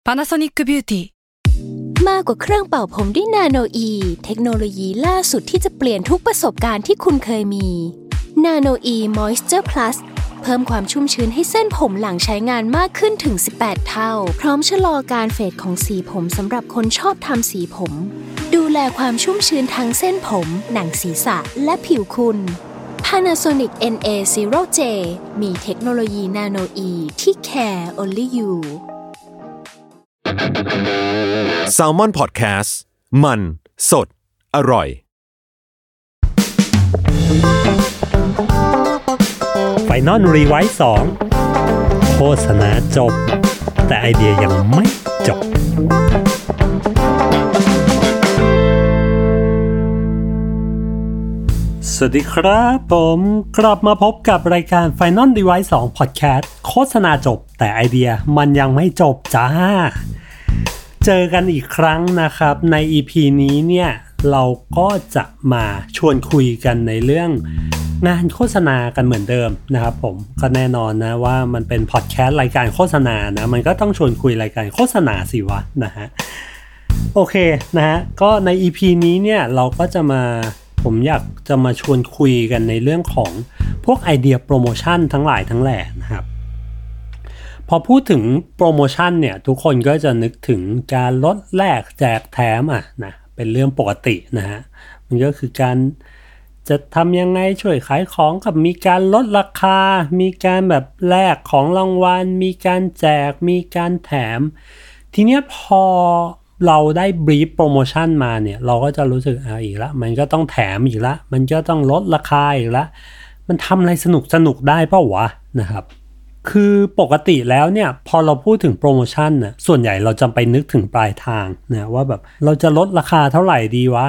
Panasonic Beauty มากกว่าเครื่องเป่าผมด้วยนาโนอีเทคโนโลยีล่าสุดที่จะเปลี่ยนทุกประสบการณ์ที่คุณเคยมีนาโนอีมอยส์เจอร์พลัสเพิ่มความชุ่มชื้นให้เส้นผมหลังใช้งานมากขึ้นถึง18เท่าพร้อมชะลอการเฟดของสีผมสำหรับคนชอบทำสีผมดูแลความชุ่มชื้นทั้งเส้นผมหนังศีรษะและผิวคุณ Panasonic NA0J มีเทคโนโลยีนาโนอีที่ care only you Salmon Podcast มันสดอร่อย Final Rewind 2 โฆษณาจบแต่ไอเดียยังไม่จบสวัสดีครับผมกลับมาพบกับรายการ Final Rewind 2 Podcast โฆษณาจบแต่ไอเดียมันยังไม่จบจ้าเจอกันอีกครั้งนะครับใน EP นี้เนี่ยเราก็จะมาชวนคุยกันในเรื่องงานโฆษณากันเหมือนเดิมนะครับผมก็แน่นอนนะว่ามันเป็นพอดแคสต์รายการโฆษณานะมันก็ต้องชวนคุยรายการโฆษณาสิวะนะฮะโอเคนะฮะก็ใน EP นี้เนี่ยเราก็จะมาผมอยากจะมาชวนคุยกันในเรื่องของพวกไอเดียโปรโมชั่นทั้งหลายทั้งแหล่นะครับพอพูดถึงโปรโมชั่นเนี่ยทุกคนก็จะนึกถึงการลดแลกแจกแถมนะเป็นเรื่องปกตินะฮะมันก็คือการจะทำยังไงช่วยขายของกับมีการลดราคามีการแบบแลกของรางวัลมีการแจกมีการแถมทีเนี้ยพอเราได้บรีฟโปรโมชั่นมาเนี่ยเราก็จะรู้สึกอีกละมันก็ต้องแถมอีกละมันก็ต้องลดราคาอีกละมันทำอะไรสนุกได้เปล่าวะนะครับคือปกติแล้วเนี่ยพอเราพูดถึงโปรโมชั่นนะส่วนใหญ่เราจะไปนึกถึงปลายทางนะว่าแบบเราจะลดราคาเท่าไหร่ดีวะ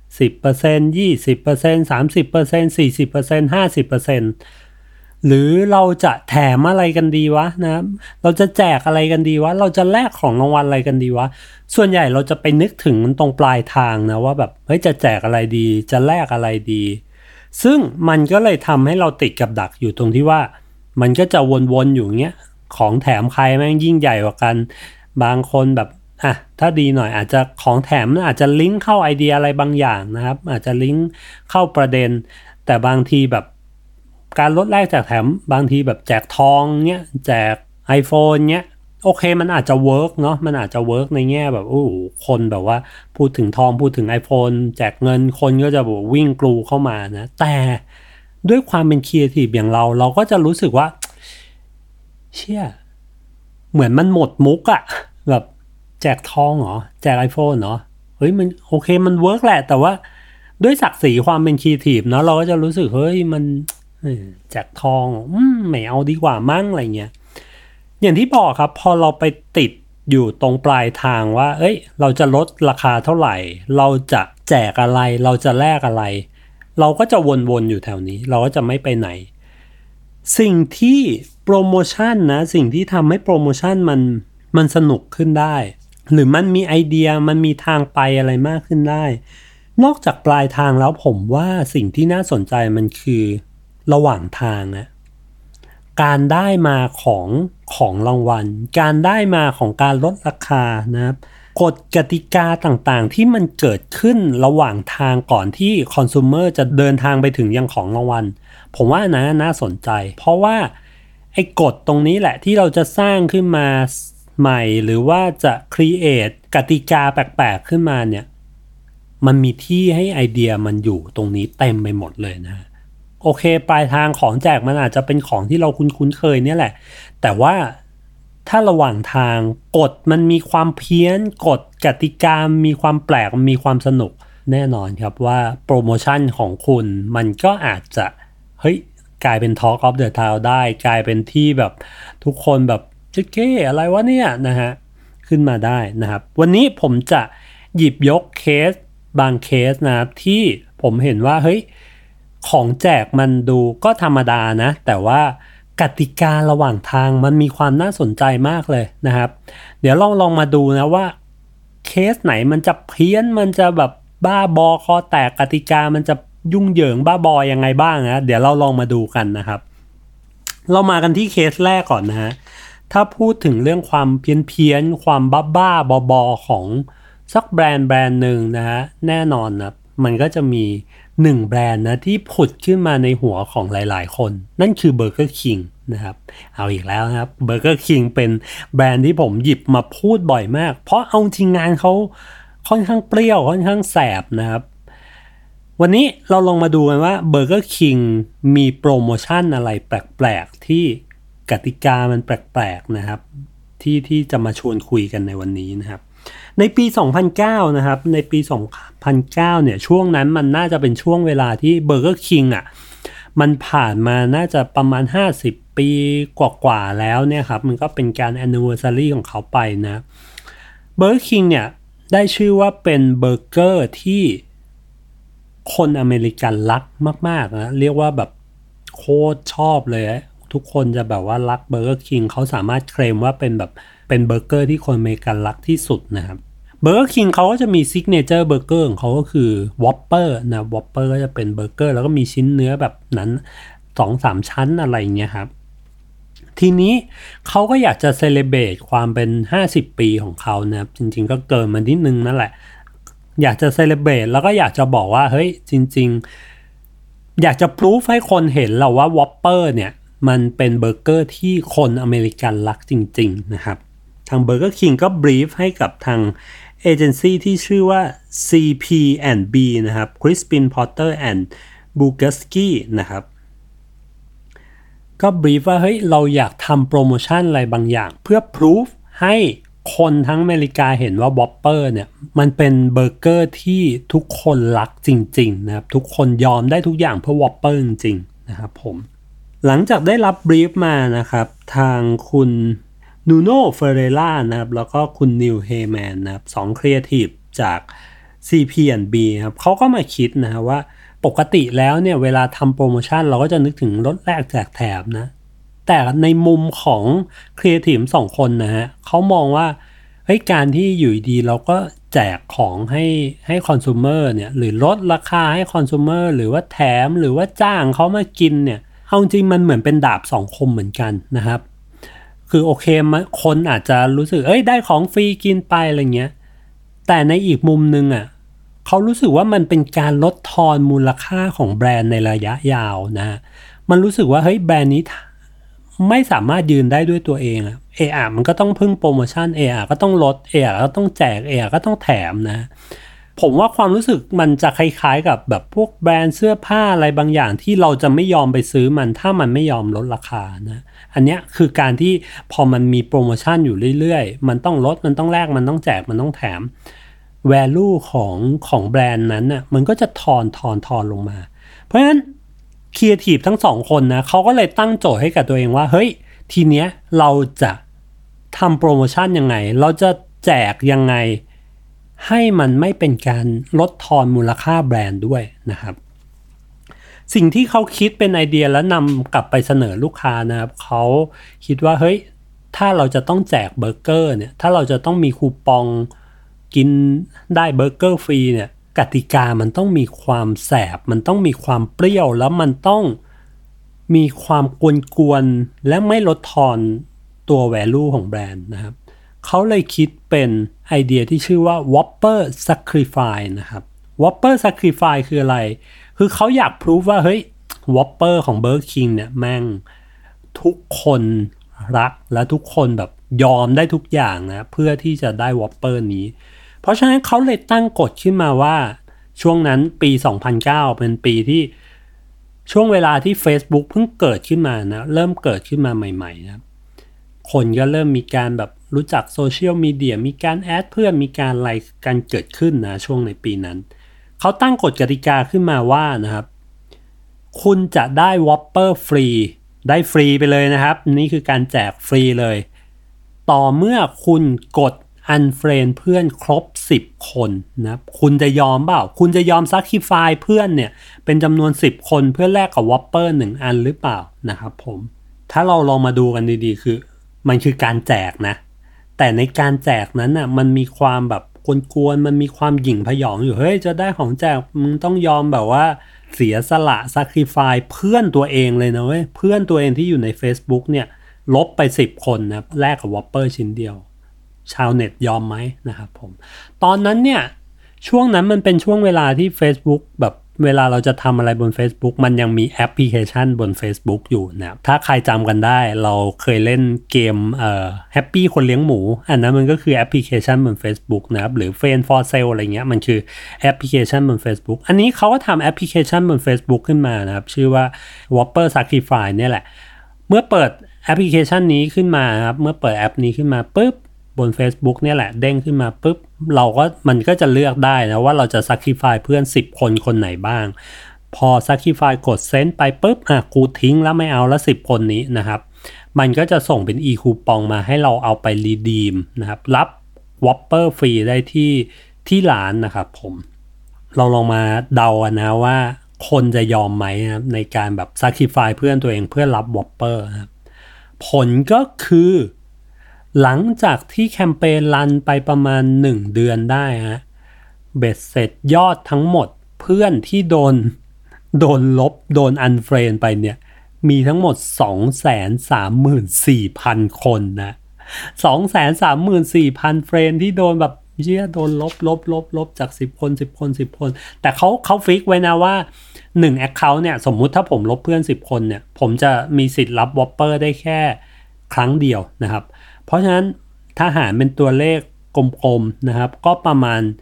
10% 20% 30% 40% 50% หรือเราจะแถมอะไรกันดีวะนะเราจะแจกอะไรกันดีวะเราจะแลกของรางวัลอะไรกันดีวะส่วนใหญ่เราจะไปนึกถึงมันตรงปลายทางนะว่าแบบเฮ้ยจะแจกอะไรดีจะแลกอะไรดีซึ่งมันก็เลยทำให้เราติดกับดักอยู่ตรงที่ว่ามันก็จะวนๆอยู่เงี้ยของแถมใครแม่งยิ่งใหญ่กว่ากันบางคนแบบถ้าดีหน่อยอาจจะของแถมอาจจะลิงก์เข้าไอเดียอะไรบางอย่างนะครับอาจจะลิงก์เข้าประเด็นแต่บางทีแบบการลดแลกแจกแถมบางทีแบบแจกทองเงี้ยแจก iPhone เงี้ยโอเคมันอาจจะเวิร์กเนาะมันอาจจะเวิร์กในแง่แบบคนแบบว่าพูดถึงทองพูดถึง iPhone แจกเงินคนก็จะแบบวิ่งกรูเข้ามานะแต่ด้วยความเป็นครีเอทีฟอย่างเราก็จะรู้สึกว่าเชี่ยเหมือนมันหมดมุกแบบแจกทองเหรอแจก iPhone เหรอเฮ้ยมันโอเคมันเวิร์กแหละแต่ว่าด้วยศักดิ์ศรีความเป็นครีเอทีฟเนาะเราก็จะรู้สึกเฮ้ยมันแจกทองไม่เอาดีกว่ามั้งอะไรเงี้ยอย่างที่บอกครับพอเราไปติดอยู่ตรงปลายทางว่าเอ้ยเราจะลดราคาเท่าไหร่เราจะแจกอะไรเราจะแลกอะไรเราก็จะวนๆอยู่แถวนี้เราก็จะไม่ไปไหนสิ่งที่โปรโมชั่นนะสิ่งที่ทำให้โปรโมชั่นมันสนุกขึ้นได้หรือมันมีไอเดียมันมีทางไปอะไรมากขึ้นได้นอกจากปลายทางแล้วผมว่าสิ่งที่น่าสนใจมันคือระหว่างทางนะการได้มาของรางวัลการได้มาของการลดราคานะครับกฎกติกาต่างๆที่มันเกิดขึ้นระหว่างทางก่อนที่คอน sumer จะเดินทางไปถึงยังของรางวัลผมว่าน่าสนใจเพราะว่าไอ้กฎตรงนี้แหละที่เราจะสร้างขึ้นมาใหม่หรือว่าจะ create กติกาแปลกๆขึ้นมาเนี่ยมันมีที่ให้ไอเดียมันอยู่ตรงนี้เต็มไปหมดเลยนะโอเคปลายทางของแจกมันอาจจะเป็นของที่เราคุ้นเคยเนี่ยแหละแต่ว่าถ้าระหว่างทางกฎมันมีความเพี้ยนกฎกติกามีความแปลกมีความสนุกแน่นอนครับว่าโปรโมชั่นของคุณมันก็อาจจะเฮ้ยกลายเป็น Talk of the Town ได้กลายเป็นที่แบบทุกคนแบบเจ๊อะไรวะเนี่ยนะฮะขึ้นมาได้นะครับวันนี้ผมจะหยิบยกเคสบางเคสนะครับที่ผมเห็นว่าเฮ้ยของแจกมันดูก็ธรรมดานะแต่ว่ากติการะหว่างทางมันมีความน่าสนใจมากเลยนะครับเดี๋ยวลองมาดูนะว่าเคสไหนมันจะเพี้ยนมันจะแบบบ้าบอคอแตกกติกามันจะยุ่งเหยิงบ้าบอยังไงบ้างนะเดี๋ยวเราลองมาดูกันนะครับเรามากันที่เคสแรกก่อนนะฮะถ้าพูดถึงเรื่องความเพี้ยนความบ้าบอของสักแบรนด์หนึ่งนะฮะแน่นอนนะมันก็จะมี1แบรนด์นะที่ผุดขึ้นมาในหัวของหลายๆคนนั่นคือ Burger King นะครับเอาอีกแล้วนะครับ Burger King เป็นแบรนด์ที่ผมหยิบมาพูดบ่อยมากเพราะเอาจริงงานเขาค่อนข้างเปรี้ยวค่อนข้างแสบนะครับวันนี้เราลองมาดูกันว่า Burger King มีโปรโมชั่นอะไรแปลกๆที่กติกามันแปลกๆนะครับที่จะมาชวนคุยกันในวันนี้นะครับในปี 2009 นะครับในปี 2009 เนี่ยช่วงนั้นมันน่าจะเป็นช่วงเวลาที่ Burger King อ่ะมันผ่านมาน่าจะประมาณ50ปีกว่าๆแล้วเนี่ยครับมันก็เป็นการ anniversary ของเขาไปนะ Burger King เนี่ยได้ชื่อว่าเป็นเบอร์เกอร์ที่คนอเมริกันรักมากๆนะเรียกว่าแบบโคตรชอบเลยทุกคนจะแบบว่ารัก Burger King เขาสามารถเคลมว่าเป็นเบอร์เกอร์ที่คนอเมริกันรักที่สุดนะครับ Burger King เขาก็จะมีซิกเนเจอร์เบอร์เกอร์ของเขาก็คือ Whopper นะ Whopper ก็จะเป็นเบอร์เกอร์แล้วก็มีชิ้นเนื้อแบบนั้น 2-3 ชั้นอะไรอย่างเงี้ยครับทีนี้เขาก็อยากจะเซเลเบรตความเป็น50ปีของเขานะครับจริงๆก็เกินมานิดนึงนั่นแหละอยากจะเซเลเบรตแล้วก็อยากจะบอกว่าเฮ้ยจริงๆอยากจะพรูฟให้คนเห็นเราว่า Whopper เนี่ยมันเป็นเบอร์เกอร์ที่คนอเมริกันรักจริงๆนะครับทาง Burger King ก็บรีฟให้กับทางเอเจนซี่ที่ชื่อว่า CP&B นะครับ Crispin Porter and Bugurski นะครับก็บรีฟว่าเฮ้ยเราอยากทำโปรโมชั่นอะไรบางอย่างเพื่อพรูฟให้คนทั้งอเมริกาเห็นว่า Whopper เนี่ยมันเป็นเบอร์เกอร์ที่ทุกคนรักจริงๆนะครับทุกคนยอมได้ทุกอย่างเพื่อ Whopper จริงๆนะครับผมหลังจากได้รับบรีฟมานะครับทางคุณนูโน่เฟเรล่านะครับแล้วก็คุณนิวเฮแมนนะครับ2ครีเอทีฟจาก CP&B ครับเขาก็มาคิดนะว่าปกติแล้วเนี่ยเวลาทำโปรโมชั่นเราก็จะนึกถึงลดแลกแจกแถมนะแต่ในมุมของครีเอทีฟ2คนนะฮะเขามองว่าเฮ้ยการที่อยู่ดีเราก็แจกของให้คอน sumer เนี่ยหรือลดราคาให้คอน sumer หรือว่าแถมหรือว่าจ้างเขามากินเนี่ยเอาจริงมันเหมือนเป็นดาบ2คมเหมือนกันนะครับคือโอเคคนอาจจะรู้สึกได้ของฟรีกินไปอะไรเงี้ยแต่ในอีกมุมนึงอ่ะเขารู้สึกว่ามันเป็นการลดทอนมูลค่าของแบรนด์ในระยะยาวนะมันรู้สึกว่าเฮ้ยแบรนด์นี้ไม่สามารถยืนได้ด้วยตัวเองอ่ะมันก็ต้องพึ่งโปรโมชั่นก็ต้องลดก็ต้องแจกก็ต้องแถมนะผมว่าความรู้สึกมันจะคล้ายๆกับแบบพวกแบรนด์เสื้อผ้าอะไรบางอย่างที่เราจะไม่ยอมไปซื้อมันถ้ามันไม่ยอมลดราคานะอันเนี้ยคือการที่พอมันมีโปรโมชั่นอยู่เรื่อยๆมันต้องลดมันต้องแลกมันต้องแจกมันต้องแถม value ของแบรนด์นั้นน่ะมันก็จะทอนลงมาเพราะฉะนั้นครีเอทีฟทั้งสองคนนะเขาก็เลยตั้งโจทย์ให้กับตัวเองว่าเฮ้ยทีเนี้ยเราจะทำโปรโมชั่นยังไงเราจะแจกยังไงให้มันไม่เป็นการลดทอนมูลค่าแบรนด์ด้วยนะครับสิ่งที่เขาคิดเป็นไอเดียแล้วนำกลับไปเสนอลูกค้านะครับเขาคิดว่าเฮ้ยถ้าเราจะต้องแจกเบอร์เกอร์เนี่ยถ้าเราจะต้องมีคูปองกินได้เบอร์เกอร์ฟรีเนี่ยกติกามันต้องมีความแสบมันต้องมีความเปรี้ยวแล้วมันต้องมีความกวนๆและไม่ลดทอนตัว value ของแบรนด์นะครับเขาเลยคิดเป็นไอเดียที่ชื่อว่า Whopper Sacrifice นะครับ Whopper Sacrifice คืออะไรคือเขาอยากพิสูจว่าเฮ้ย Whopper ของ Burger King เนี่ยแม่งทุกคนรักและทุกคนแบบยอมได้ทุกอย่างนะเพื่อที่จะได้ Whopper นี้เพราะฉะนั้นเขาเลยตั้งกฎขึ้นมาว่าช่วงนั้นปี 2009 เป็นปีที่ช่วงเวลาที่ Facebook เพิ่งเกิดขึ้นมานะเริ่มเกิดขึ้นมาใหม่ๆนะคนก็เริ่มมีการแบบรู้จักโซเชียลมีเดียมีการแอดเพื่อนมีการไลค์กันเกิดขึ้นนะช่วงในปีนั้นเขาตั้งกฎกติกาขึ้นมาว่านะครับคุณจะได้ Whopper ฟรีได้ฟรีไปเลยนะครับนี่คือการแจกฟรีเลยต่อเมื่อคุณกด unfriend เพื่อนครบ10คนนะคุณจะยอมเปล่าคุณจะยอม sacrifice เพื่อนเนี่ยเป็นจำนวน10คนเพื่อแลกกับ Whopper 1 อันหรือเปล่านะครับผมถ้าเราลองมาดูกันดีๆคือมันคือการแจกนะแต่ในการแจกนั้นน่ะมันมีความแบบกวนๆมันมีความหยิ่งพยองอยู่เฮ้ยจะได้ของแจกมึงต้องยอมแบบว่าเสียสละ sacrifice เพื่อนตัวเองเลยนะเว้ยเพื่อนตัวเองที่อยู่ใน Facebook เนี่ยลบไป10คนนะครับแลกกับ Whopper ชิ้นเดียวชาวเน็ตยอมไหมนะครับผมตอนนั้นเนี่ยช่วงนั้นมันเป็นช่วงเวลาที่ Facebook แบบเวลาเราจะทำอะไรบน Facebook มันยังมีแอปพลิเคชันบน Facebook อยู่นะครับถ้าใครจำกันได้เราเคยเล่นเกมHappy คนเลี้ยงหมูอันนั้นมันก็คือแอปพลิเคชันบน Facebook นะครับหรือ Friend for Sale อะไรเงี้ยมันคือแอปพลิเคชันบน Facebook อันนี้เขาก็ทำแอปพลิเคชันบน Facebook ขึ้นมานะครับชื่อว่า Whopper Sacrifice เนี่ยแหละเมื่อเปิดแอปพลิเคชันนี้ขึ้นมาครับเมื่อเปิดแอปนี้ขึ้นมาปุ๊บบน Facebook เนี่ยแหละเด้งขึ้นมาปุ๊บมันก็จะเลือกได้นะว่าเราจะ sacrifice เพื่อน10คนคนไหนบ้างพอ sacrifice กด send ไปปุ๊บกูทิ้งแล้วไม่เอาละ10คนนี้นะครับมันก็จะส่งเป็น e-coupon มาให้เราเอาไป redeem นะครับรับ Whopper ฟรีได้ที่ร้านนะครับผมเราลองมาเดากันนะว่าคนจะยอมไหมนะครับในการแบบ sacrifice เพื่อนตัวเองเพื่อรับ Whopper นะครับผลก็คือหลังจากที่แคมเปญรันไปประมาณ1เดือนได้ฮะเบ็ดเสร็จยอดทั้งหมดเพื่อนที่โดนลบโดนอันเฟรนไปเนี่ยมีทั้งหมด 234,000 คนนะ 234,000 เฟรนที่โดนแบบโดนลบจาก10 คนแต่เขาฟิกไว้นะว่า1 account เนี่ยสมมุติถ้าผมลบเพื่อน10 คนเนี่ยผมจะมีสิทธิ์รับ Whopper ได้แค่ครั้งเดียวนะครับเพราะฉะนั้นถ้าหารเป็นตัวเลขกลมๆนะครับก็ประมาณ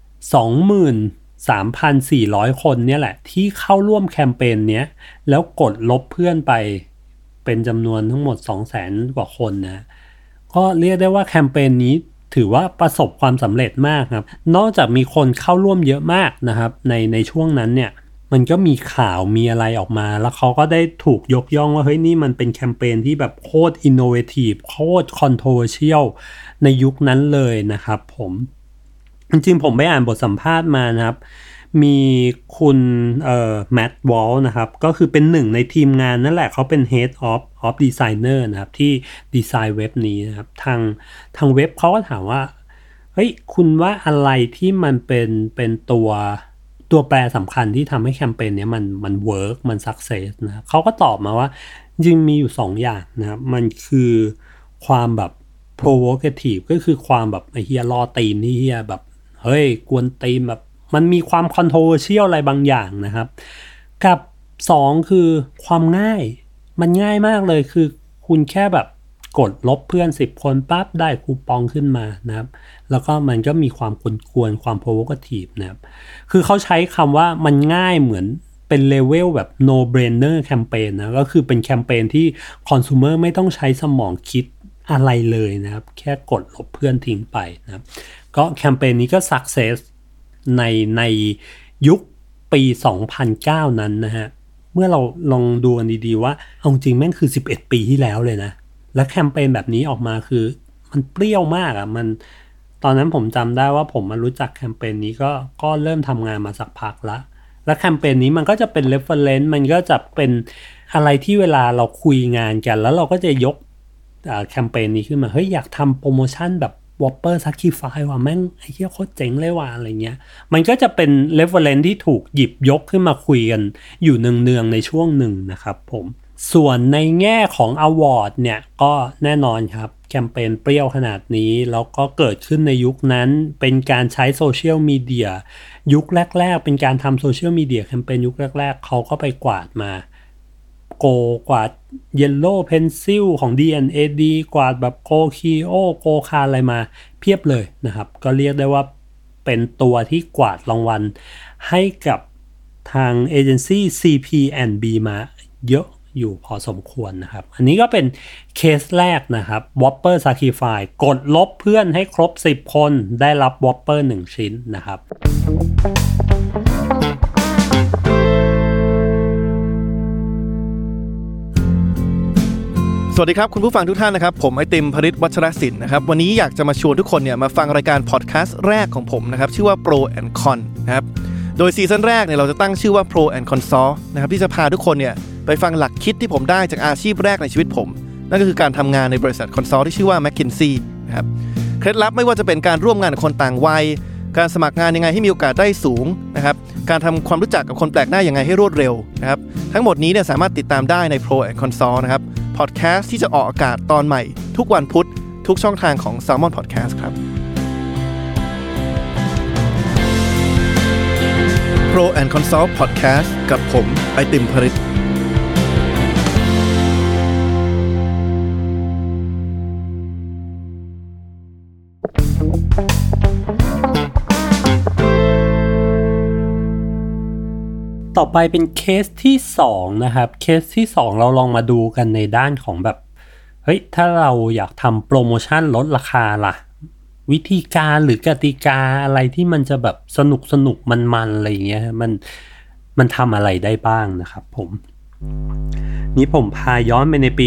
23,400 คนเนี่ยแหละที่เข้าร่วมแคมเปญเนี้ยแล้วกดลบเพื่อนไปเป็นจำนวนทั้งหมด 200,000 กว่าคนนะก็เรียกได้ว่าแคมเปญนี้ถือว่าประสบความสำเร็จมากครับนอกจากมีคนเข้าร่วมเยอะมากนะครับในช่วงนั้นเนี่ยมันก็มีข่าวมีอะไรออกมาแล้วเขาก็ได้ถูกยกย่องว่าเฮ้ยนี่มันเป็นแคมเปญที่แบบโคตรอินโนเวทีฟโคตรคอนโทรเวอร์เชียลในยุคนั้นเลยนะครับผมจริงๆผมไปอ่านบทสัมภาษณ์มานะครับมีคุณแมตต์วอลนะครับก็คือเป็นหนึ่งในทีมงานนั่นแหละเขาเป็น Head of Designer นะครับที่ดีไซน์เว็บนี้นะครับทางเว็บเขาก็ถามว่าเฮ้ยคุณว่าอะไรที่มันเป็นตัวแปรสำคัญที่ทำให้แคมเปญนี้มันเวิร์กมันสักเซสนะเขาก็ตอบมาว่าจริงมีอยู่2 อย่างนะครับมันคือความแบบ provocative ก็คือความแบบไอ้เหี้ยล่อตีนที่เหี้ยแบบเฮ้ยกวนตีนแบบมันมีความ controversial อะไรบางอย่างนะครับกับ2คือความง่ายมันง่ายมากเลยคือคุณแค่แบบกดลบเพื่อน10 คนปั๊บได้คูปองขึ้นมานะครับแล้วก็มันก็มีความกวนความ provocative นะครับคือเขาใช้คำว่ามันง่ายเหมือนเป็นเลเวลแบบ no brainer แคมเปญนะก็คือเป็นแคมเปญที่ consumer ไม่ต้องใช้สมองคิดอะไรเลยนะครับแค่กดลบเพื่อนทิ้งไปนะครับก็แคมเปญนี้ก็ success ในยุคปี 2009 นั้นนะฮะเมื่อเราลองดูกันดีๆว่าเอาจริงแม่งคือ11 ปีที่แล้วเลยนะและแคมเปญแบบนี้ออกมาคือมันเปรี้ยวมากอ่ะมันตอนนั้นผมจำได้ว่าผมมารู้จักแคมเปญนี้ก็เริ่มทำงานมาสักพักละและแคมเปญนี้มันก็จะเป็น reference มันก็จะเป็นอะไรที่เวลาเราคุยงานกันแล้วเราก็จะยกแคมเปญนี้ขึ้นมาเฮ้ยอยากทำโปรโมชั่นแบบ Whopper Sacrifice ว่ะแม่งไอ้เหี้ยโคตรเจ๋งเลยว่ะอะไรเงี้ยมันก็จะเป็น reference ที่ถูกหยิบยกขึ้นมาคุยกันอยู่เนืองๆในช่วงหนึ่งนะครับผมส่วนในแง่ของ Award เนี่ยก็แน่นอนครับแคมเปญเปรี้ยวขนาดนี้แล้วก็เกิดขึ้นในยุคนั้นเป็นการใช้โซเชียลมีเดียยุคแรกๆเป็นการทำโซเชียลมีเดียแคมเปญยุคแรกๆเขาก็ไปกวาดมากวาด Yellow Pencil ของ D&AD กวาดแบบ Go Kio Go Car อะไรมาเพียบเลยนะครับก็เรียกได้ว่าเป็นตัวที่กวาดรางวัลให้กับทางเอเจนซี่ CP&B มาเยอะอยู่พอสมควรนะครับอันนี้ก็เป็นเคสแรกนะครับ Whopper Sacrifice กดลบเพื่อนให้ครบ10 คนได้รับ Whopper 1 ชิ้นนะครับสวัสดีครับคุณผู้ฟังทุกท่านนะครับผมไอติม ภริษ วัชรศิลป์นะครับวันนี้อยากจะมาชวนทุกคนเนี่ยมาฟังรายการพอดแคสต์แรกของผมนะครับชื่อว่า Pro and Con นะครับโดยซีซั่นแรกเนี่ยเราจะตั้งชื่อว่า Pro and Consult นะครับที่จะพาทุกคนเนี่ยไปฟังหลักคิดที่ผมได้จากอาชีพแรกในชีวิตผมนั่นก็คือการทำงานในบริษัท Consult ที่ชื่อว่า McKinsey นะครับเคล็ดลับไม่ว่าจะเป็นการร่วมงานกับคนต่างวัยการสมัครงานยังไงให้มีโอกาสได้สูงนะครับการทำความรู้จักกับคนแปลกหน้ายังไงให้รวดเร็วนะครับทั้งหมดนี้เนี่ยสามารถติดตามได้ใน Pro and Consult นะครับพ podcast ที่จะออกอากาศตอนใหม่ทุกวันพุธทุกช่องทางของ Salmon Podcast ครับ Pro and Consult Podcast กับผมไอติมภริษฐ์ต่อไปเป็นเคสที่2นะครับเคสที่2เราลองมาดูกันในด้านของแบบเฮ้ยถ้าเราอยากทำโปรโมชั่นลดราคาล่ะวิธีการหรือกติกาอะไรที่มันจะแบบสนุกมันอะไรอย่างเงี้ยมันทำอะไรได้บ้างนะครับนี่ผมพาย้อนไปในปี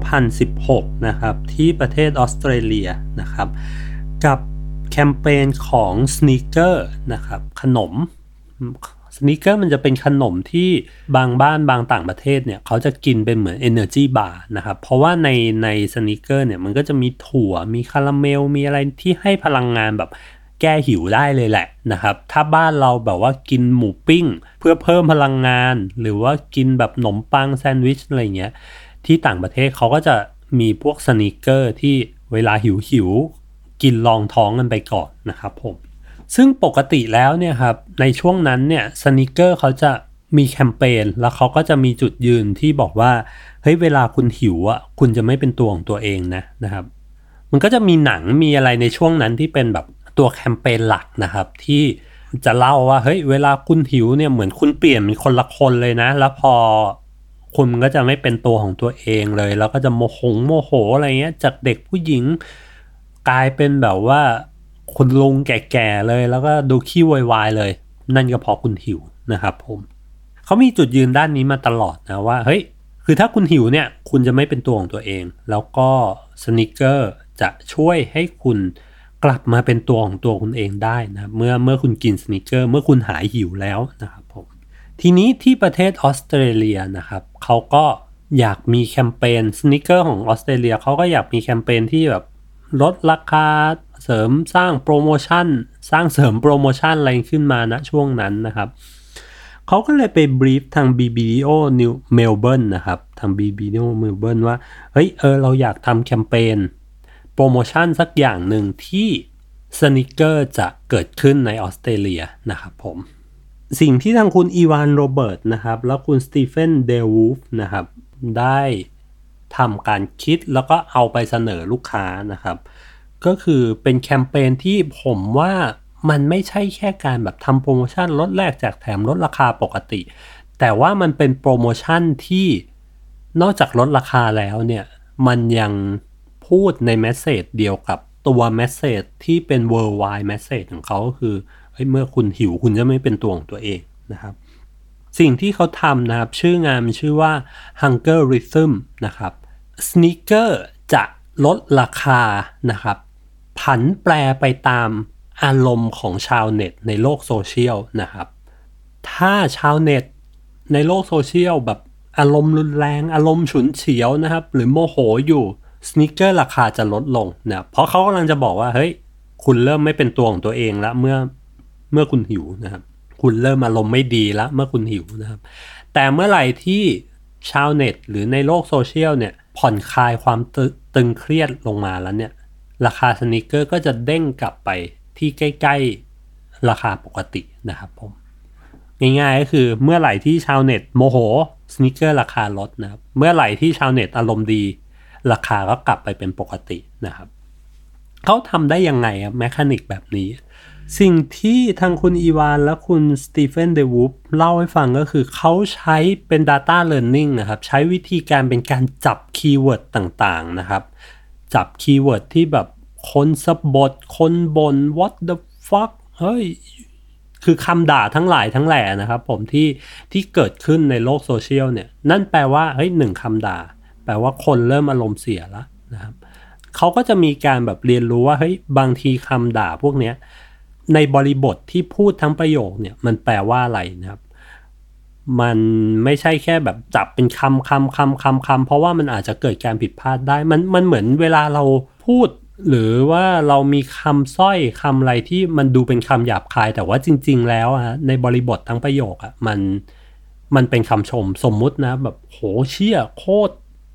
2016นะครับที่ประเทศออสเตรเลียนะครับกับแคมเปญของ Snickers นะครับขนมสนิกเกอร์มันจะเป็นขนมที่บางบ้านบางต่างประเทศเนี่ยเขาจะกินเป็นเหมือน energy bar นะครับเพราะว่าในสนิกเกอร์เนี่ยมันก็จะมีถั่วมีคาราเมลมีอะไรที่ให้พลังงานแบบแก้หิวได้เลยแหละนะครับถ้าบ้านเราแบบว่ากินหมูปิ้งเพื่อเพิ่มพลังงานหรือว่ากินแบบขนมปังแซนด์วิชอะไรเงี้ยที่ต่างประเทศเขาก็จะมีพวกสนิกเกอร์ที่เวลาหิวกินรองท้องกันไปก่อนนะครับผมซึ่งปกติแล้วเนี่ยครับในช่วงนั้นเนี่ยสนิกเกอร์เขาจะมีแคมเปญแล้วเขาก็จะมีจุดยืนที่บอกว่าเฮ้ยเวลาคุณหิวอ่ะคุณจะไม่เป็นตัวของตัวเองนะครับมันก็จะมีหนังมีอะไรในช่วงนั้นที่เป็นแบบตัวแคมเปญหลักนะครับที่จะเล่าว่าเฮ้ยเวลาคุณหิวเนี่ยเหมือนคุณเปลี่ยนเป็นคนละคนเลยนะแล้วพอคุณก็จะไม่เป็นตัวของตัวเองเลยแล้วก็จะโมโหอะไรเงี้ยจากเด็กผู้หญิงกลายเป็นแบบว่าคุณลุงแก่ๆเลยแล้วก็ดูขี้วายๆเลยนั่นก็เพราะคุณหิวนะครับผมเขามีจุดยืนด้านนี้มาตลอดนะว่าเฮ้ยคือถ้าคุณหิวเนี่ยคุณจะไม่เป็นตัวของตัวเองแล้วก็สนิกเกอร์จะช่วยให้คุณกลับมาเป็นตัวของตัวคุณเองได้นะเมื่อคุณกินสนิกเกอร์เมื่อคุณหายหิวแล้วนะครับผมทีนี้ที่ประเทศออสเตรเลียนะครับเขาก็อยากมีแคมเปญสนิกเกอร์ของออสเตรเลียเขาก็อยากมีแคมเปญที่แบบลดราคาเสริมสร้างโปรโมชั่นสร้างเสริมโปรโมชั่นอะไรขึ้นมาณช่วงนั้นนะครับเขาก็เลยไปบรีฟทาง BBDO New Melbourne นะครับทาง BBDO Melbourne ว่าเฮ้ยเราอยากทำแคมเปญโปรโมชั่นสักอย่างหนึ่งที่สนิกเกอร์จะเกิดขึ้นในออสเตรเลียนะครับผมสิ่งที่ทางคุณอีวานโรเบิร์ตนะครับแล้วคุณสตีเฟนเดลวูฟนะครับได้ทำการคิดแล้วก็เอาไปเสนอลูกค้านะครับก็คือเป็นแคมเปญที่ผมว่ามันไม่ใช่แค่การแบบทำโปรโมชั่นลดแลกแจกแถมลดราคาปกติแต่ว่ามันเป็นโปรโมชั่นที่นอกจากลดราคาแล้วเนี่ยมันยังพูดในเมสเสจเดียวกับตัวเมสเสจที่เป็น worldwide message ของเขาก็คือเมื่อคุณหิวคุณจะไม่เป็นตัวของตัวเองนะครับสิ่งที่เขาทำนะครับชื่องานมันชื่อว่า Hunger Rhythm นะครับสนิกเกอร์จะลดราคานะครับผันแปรไปตามอารมณ์ของชาวเน็ตในโลกโซเชียลนะครับถ้าชาวเน็ตในโลกโซเชียลแบบอารมณ์รุนแรงอารมณ์ฉุนเฉียวนะครับหรือโมโหอยู่สนิกเกอร์ราคาจะลดลงนะเพราะเขากำลังจะบอกว่าเฮ้ยคุณเริ่มไม่เป็นตัวของตัวเองแล้วเมื่อคุณหิวนะครับคุณเริ่มอารมณ์ไม่ดีแล้วเมื่อคุณหิวนะครับแต่เมื่อไหร่ที่ชาวเน็ตหรือในโลกโซเชียลเนี่ยผ่อนคลายความตึงเครียดลงมาแล้วเนี่ยราคาสนิกเกอร์ก็จะเด้งกลับไปที่ใกล้ๆราคาปกตินะครับผมง่ายๆก็คือเมื่อไหร่ที่ชาวเน็ตโมโหสนิกเกอร์ราคาลดนะครับเมื่อไหร่ที่ชาวเน็ตอารมณ์ดีราคาก็กลับไปเป็นปกตินะครับเขาทำได้ยังไงครับแมคานิกแบบนี้สิ่งที่ทางคุณอีวานและคุณสตีเฟนเดวูฟเล่าให้ฟังก็คือเขาใช้เป็น Data Learning นะครับใช้วิธีการเป็นการจับคีย์เวิร์ดต่างๆนะครับจับคีย์เวิร์ดที่แบบคนสะบดคนบ่น what the fuck เฮ้ยคือคำด่าทั้งหลายทั้งแหล่นะครับผมที่เกิดขึ้นในโลกโซเชียลเนี่ยนั่นแปลว่าเฮ้ยหนึ่งคำด่าแปลว่าคนเริ่มอารมณ์เสียแล้วนะครับเขาก็จะมีการแบบเรียนรู้ว่าเฮ้ยบางทีคำด่าพวกเนี้ยในบริบทที่พูดทั้งประโยคเนี่ยมันแปลว่าอะไรนะครับมันไม่ใช่แค่แบบจับเป็นคำเพราะว่ามันอาจจะเกิดการผิดพลาดได้มันเหมือนเวลาเราพูดหรือว่าเรามีคำสร้อยคำอะไรที่มันดูเป็นคำหยาบคายแต่ว่าจริงๆแล้วในบริบททั้งประโยคมันเป็นคำชมสมมุตินะแบบโหเชี่ยโคตร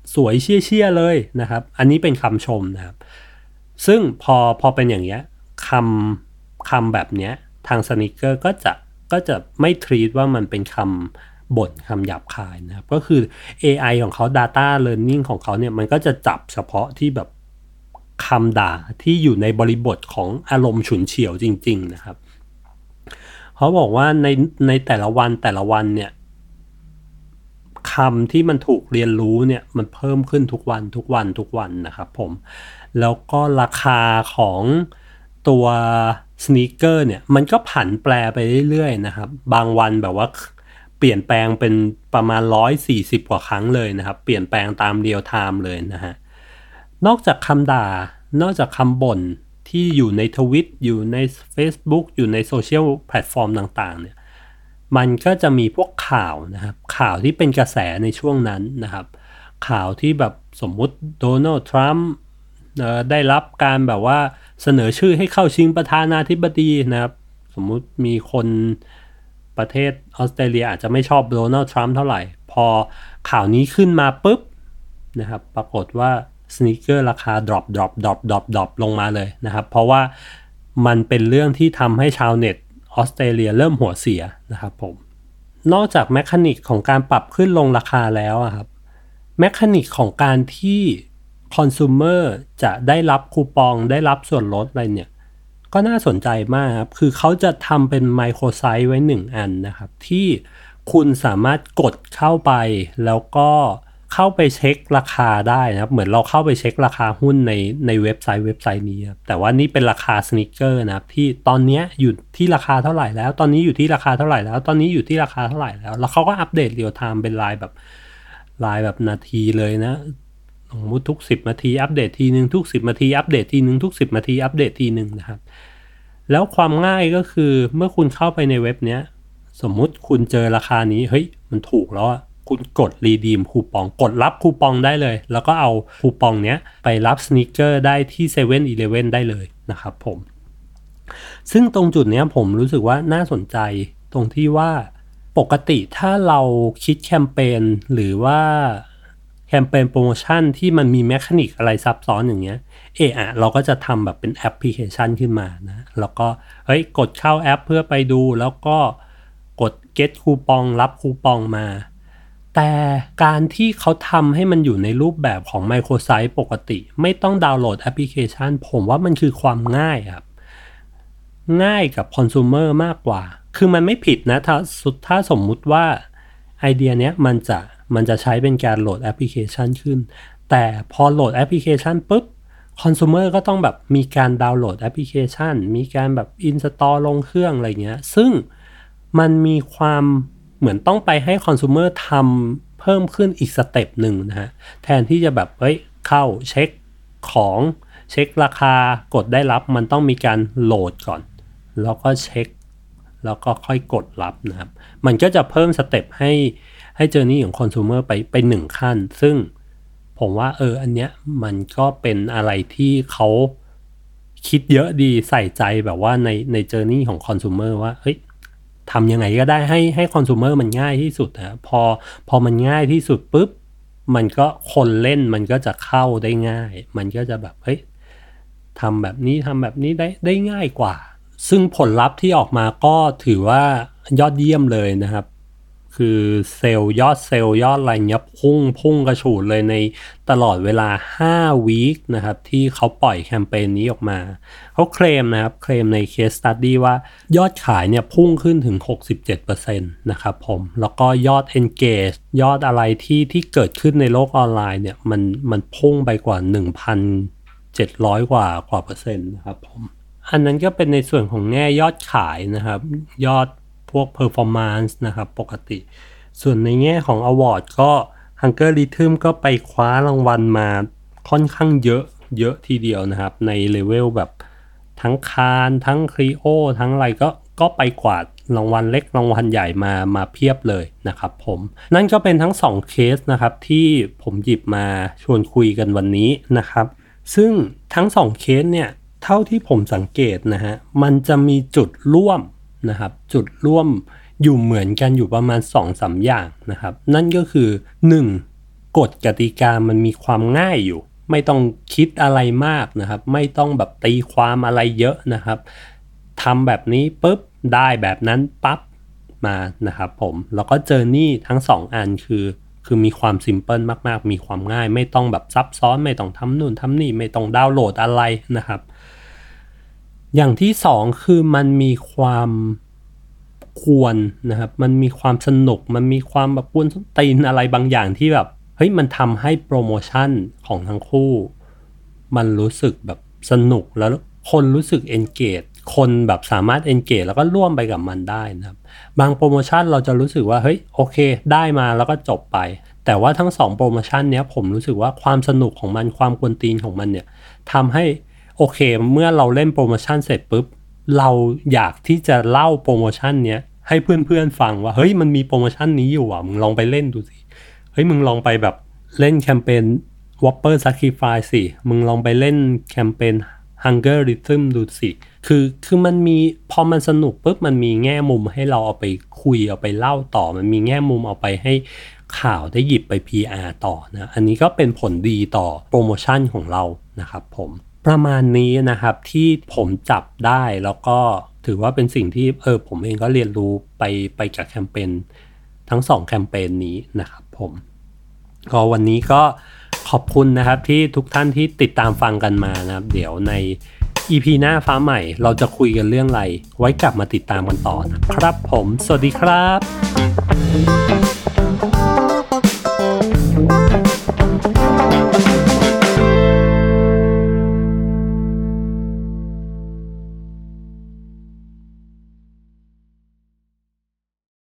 สวยเชี่ยๆเลยนะครับอันนี้เป็นคำชมนะครับซึ่งพอเป็นอย่างเงี้ยคำแบบเนี้ยทางสนิกเกอร์ก็จะไม่ทรีตว่ามันเป็นคำบ่นคำหยาบคายนะครับก็คือ AI ของเขา Data Learning ของเขาเนี่ยมันก็จะจับเฉพาะที่แบบคำด่าที่อยู่ในบริบทของอารมณ์ฉุนเฉียวจริงๆนะครับเขาบอกว่าในแต่ละวันเนี่ยคำที่มันถูกเรียนรู้เนี่ยมันเพิ่มขึ้นทุกวันนะครับผมแล้วก็ราคาของตัวสนีกเกอร์เนี่ยมันก็ผันแปรไปเรื่อยๆนะครับบางวันแบบว่าเปลี่ยนแปลงเป็นประมาณ140กว่าครั้งเลยนะครับเปลี่ยนแปลงตามเรียลไทม์เลยนะฮะนอกจากคำด่านอกจากคำบ่นที่อยู่ในทวิตอยู่ใน Facebook อยู่ในโซเชียลแพลตฟอร์มต่างๆเนี่ยมันก็จะมีพวกข่าวนะครับข่าวที่เป็นกระแสในช่วงนั้นนะครับข่าวที่แบบสมมุติโดนัลด์ทรัมป์ได้รับการแบบว่าเสนอชื่อให้เข้าชิงประธานาธิบดีนะครับสมมุติมีคนประเทศออสเตรเลียอาจจะไม่ชอบโดนัลด์ทรัมป์เท่าไหร่พอข่าวนี้ขึ้นมาปุ๊บนะครับปรากฏว่าสนีกเกอร์ราคาดรอปลงมาเลยนะครับเพราะว่ามันเป็นเรื่องที่ทำให้ชาวเน็ตออสเตรเลียเริ่มหัวเสียนะครับผมนอกจากแมคานิกของการปรับขึ้นลงราคาแล้วครับแมคานิกของการที่คอน sumer จะได้รับคูปองได้รับส่วนลดอะไรเนี่ยก็น่าสนใจมากครับคือเขาจะทำเป็นไมโครไซต์ไว้1อันนะครับที่คุณสามารถกดเข้าไปแล้วก็เข้าไปเช็คราคาได้นะครับเหมือนเราเข้าไปเช็คราคาหุ้นในเว็บไซต์นี้ครับแต่ว่านี่เป็นราคาสนิกเกอร์นะครับที่ตอนนี้อยู่ที่ราคาเท่าไหร่แล้วตอนนี้อยู่ที่ราคาเท่าไหร่แล้วตอนนี้อยู่ที่ราคาเท่าไหร่แล้วเขาก็อัปเดตเรียลไทม์เป็นรายแบบนาทีเลยนะสมมุติทุก10นาทีอัปเดตทีนึงทุก10นาทีอัปเดตทีนึงทุก10นาทีอัปเดตทีนึงนะครับแล้วความง่ายก็คือเมื่อคุณเข้าไปในเว็บเนี้ยสมมุติคุณเจอราคานี้เฮ้ยมันถูกแล้วคุณกดรีดีมคูปองกดรับคูปองได้เลยแล้วก็เอาคูปองเนี้ยไปรับสนีกเกอร์ได้ที่ 7-Eleven ได้เลยนะครับผมซึ่งตรงจุดเนี้ยผมรู้สึกว่าน่าสนใจตรงที่ว่าปกติถ้าเราคิดแคมเปญหรือว่าแคมเปญโปรโมชั่นที่มันมีแมคานิกอะไรซับซ้อนอย่างเงี้ยเราก็จะทำแบบเป็นแอปพลิเคชันขึ้นมานะแล้วก็กดเข้าแอปเพื่อไปดูแล้วก็กด get คูปองรับคูปองมาแต่การที่เขาทำให้มันอยู่ในรูปแบบของไมโครไซต์ปกติไม่ต้องดาวน์โหลดแอปพลิเคชันผมว่ามันคือความง่ายครับง่ายกับคอน sumer มากกว่าคือมันไม่ผิดนะถ้าสมมุติว่าไอเดียเนี้ยมันจะใช้เป็นการโหลดแอปพลิเคชันขึ้นแต่พอโหลดแอปพลิเคชันปุ๊บคอน sumer ก็ต้องแบบมีการดาวน์โหลดแอปพลิเคชันมีการแบบอินสตอลลงเครื่องอะไรเงี้ยซึ่งมันมีความเหมือนต้องไปให้คอน sumer ทำเพิ่มขึ้นอีกสเต็ปหนึ่งนะฮะแทนที่จะแบบเข้าเช็คของเช็คราคากดได้รับมันต้องมีการโหลดก่อนแล้วก็เช็คแล้วก็ค่อยกดรับนะครับมันก็จะเพิ่มสเต็ปให้เจอร์นี่ของคอน sumer ไป1ขั้นซึ่งผมว่าอันเนี้ยมันก็เป็นอะไรที่เขาคิดเยอะดีใส่ใจแบบว่าในเจอร์นี่ของคอน sumer ว่าทำยังไงก็ได้ให้คอน sumer มันง่ายที่สุดนะพอมันง่ายที่สุดปุ๊บมันก็คนเล่นมันก็จะเข้าได้ง่ายมันก็จะแบบทำแบบนี้ได้ง่ายกว่าซึ่งผลลัพธ์ที่ออกมาก็ถือว่ายอดเยี่ยมเลยนะครับคือยอดอะไรเงี้ยพุ่งกระฉูดเลยในตลอดเวลา5 วีคนะครับที่เขาปล่อยแคมเปญนี้ออกมาเขาเคลมใน case study ว่ายอดขายเนี่ยพุ่งขึ้นถึง 67% นะครับผมแล้วก็ยอด engage ยอดอะไรที่เกิดขึ้นในโลกออนไลน์เนี่ยมันพุ่งไปกว่า 1,700 กว่าเปอร์เซ็นต์นะครับผมอันนั้นก็เป็นในส่วนของแง่ยอดขายนะครับยอดพวก performance นะครับปกติส่วนในแง่ของ award ก็ Hunger Rhythm ก็ไปคว้ารางวัลมาค่อนข้างเยอะทีเดียวนะครับในเลเวลแบบทั้งคานทั้งครีโอทั้งอะไรก็ไปกวาดรางวัลเล็กรางวัลใหญ่มาเพียบเลยนะครับผมนั่นก็เป็นทั้ง2เคสนะครับที่ผมหยิบมาชวนคุยกันวันนี้นะครับซึ่งทั้ง2เคสเนี่ยเท่าที่ผมสังเกตนะฮะมันจะมีจุดร่วมนะครับจุดร่วมอยู่เหมือนกันอยู่ประมาณ 2-3 อย่างนะครับนั่นก็คือ1 กฎกติกามันมีความง่ายอยู่ไม่ต้องคิดอะไรมากนะครับไม่ต้องแบบตีความอะไรเยอะนะครับทำแบบนี้ปุ๊บได้แบบนั้นปั๊บมานะครับผมแล้วก็เจอร์นี่ทั้ง2อันคือมีความซิมเพิลมากๆมีความง่ายไม่ต้องแบบซับซ้อนไม่ต้องทำนู่นทำนี่ไม่ต้องดาวน์โหลดอะไรนะครับอย่างที่2คือมันมีความควรนะครับมันมีความสนุกมันมีความแบบกวนส้นตีนอะไรบางอย่างที่แบบเฮ้ยมันทำให้โปรโมชั่นของทั้งคู่มันรู้สึกแบบสนุกแล้วคนรู้สึก engage คนแบบสามารถ engage แล้วก็ร่วมไปกับมันได้นะครับบางโปรโมชั่นเราจะรู้สึกว่าเฮ้ยโอเคได้มาแล้วก็จบไปแต่ว่าทั้ง2โปรโมชั่นเนี้ยผมรู้สึกว่าความสนุกของมันความกวนตีนของมันเนี่ยทำให้โอเคเมื่อเราเล่นโปรโมชั่นเสร็จปุ๊บเราอยากที่จะเล่าโปรโมชั่นเนี้ยให้เพื่อนๆฟังว่าเฮ้ยมันมีโปรโมชั่นนี้อยู่อ่ะมึงลองไปเล่นดูสิเฮ้ยมึงลองไปแบบเล่นแคมเปญ Whopper Sacrifice สิมึงลองไปเล่นแคมเปญ Hunger Rhythm ดูสิคือมันมีพอมันสนุกปุ๊บมันมีแง่มุมให้เราเอาไปคุยเอาไปเล่าต่อมันมีแง่มุมเอาไปให้ข่าวได้หยิบไป PR ต่อนะอันนี้ก็เป็นผลดีต่อโปรโมชั่นของเรานะครับผมประมาณนี้นะครับที่ผมจับได้แล้วก็ถือว่าเป็นสิ่งที่ผมเองก็เรียนรู้ไปจากแคมเปญทั้ง2แคมเปญนี้นะครับผมก็วันนี้ก็ขอบคุณนะครับที่ทุกท่านที่ติดตามฟังกันมานะครับเดี๋ยวใน EP หน้าฟ้าใหม่เราจะคุยกันเรื่องอะไรไว้กลับมาติดตามกันต่อนะครับผมสวัสดีครับ